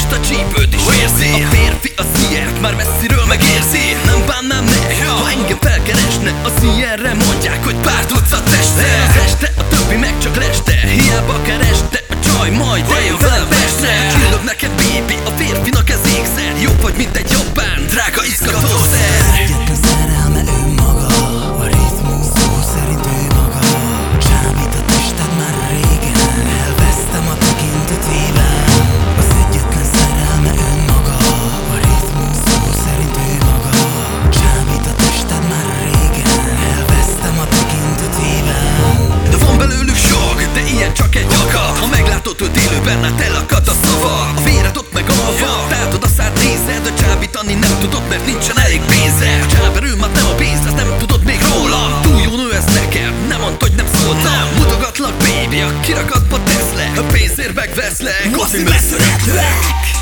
most a csípőt is érzi. A férfi az ilyet már messziről megérzi. Nem bánnám meg, ha engem felkeresne. Az ilyenre mondják, hogy pár tucat teste. Az este, a többi meg csak leste. Hiába kereste, a csaj majd eljön velem vestre. Csillog nekem baby, a férfinak ez ékszer. Jobb vagy mint egy japán, drága izgatószer. Egyetlen szerelme önmaga, a ritmus szó szerint ő maga. Csábít a tested már régen, elvesztem a tekintetében. Az egyetlen szerelme önmaga, a ritmus szó szerint ő maga. Csábít a tested már régen, elvesztem a tekintetében. De van belőlük sok, de ilyen csak egy akad. Ha meglátod őt élőben, hát elakad a szava. A véred ott meg alva, tátod a szád nézed. De csábítani nem tudod, mert nincsen elég pénzed. A csáberő már nem a pénz, ezt nem tudod még róla. Túl jó nő ez neked, nem mondd, hogy nem szóltam. Mutogatlak baby, a kirakatba teszlek. A pénzért megveszlek, azt megszeretlek.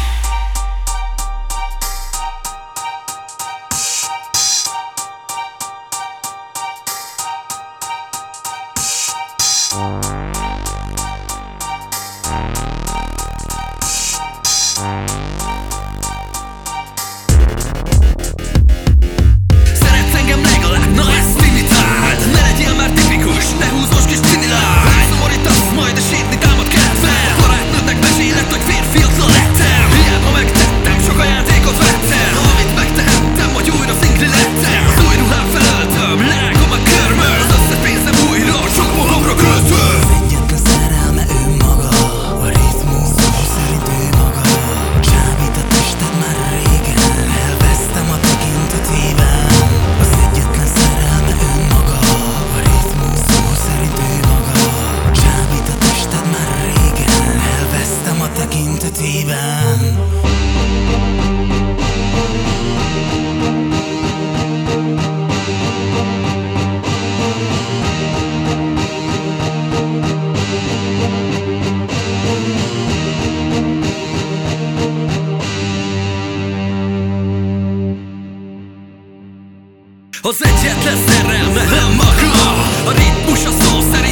Szeretsz engem legalább, na ezt imitáld. Ne legyél már tipikus, ne húzós kis tinilád. Szomorítasz majd, és sírni támad kedvem. A barátnődnek meséled, hogy férfiatlan lettem. Hiába megtettem, sok ajándékot vettem. Amit megtehettem, hogy újra szingli lettem. Az új ruhám felöltöm, lágom a körmöm. Az összes pénzem újra, sok magamra költöm. Az egyetlen szerelme önmaga, a ritmus szó szerint ő maga. Csábít a tested már régen, elvesztem a tekintetében. Az egyetlen szerelme önmaga, a ritmus szó szerint ő maga. Csábít a tested már régen, elvesztem a tekintetében. Az egyetlen szerelme önmaga, a ritmus a szó szerint